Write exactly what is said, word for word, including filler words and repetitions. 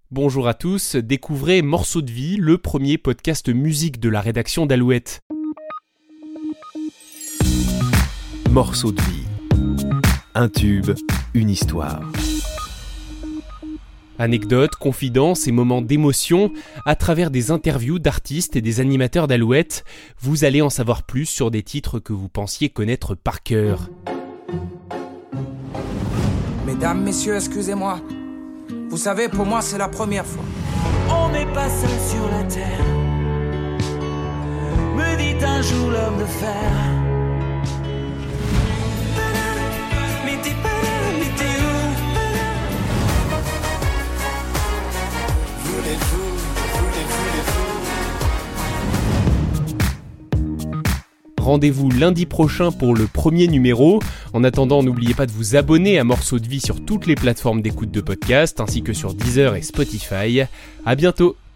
Bonjour à tous, découvrez Morceaux de vie, le premier podcast musique de la rédaction d'Alouette. Morceaux de vie. Un tube, une histoire. Anecdotes, confidences et moments d'émotion, à travers des interviews d'artistes et des animateurs d'Alouette, vous allez en savoir plus sur des titres que vous pensiez connaître par cœur. Mesdames, messieurs, excusez-moi. Vous savez, pour moi, c'est la première fois. On n'est pas seul sur la terre, me dit un jour l'homme de fer. Mais t'es pas là, mais t'es où? Voulez-vous, voulez-vous, voulez-vous? Rendez-vous lundi prochain pour le premier numéro. En attendant, n'oubliez pas de vous abonner à Morceaux de vie sur toutes les plateformes d'écoute de podcast, ainsi que sur Deezer et Spotify. À bientôt!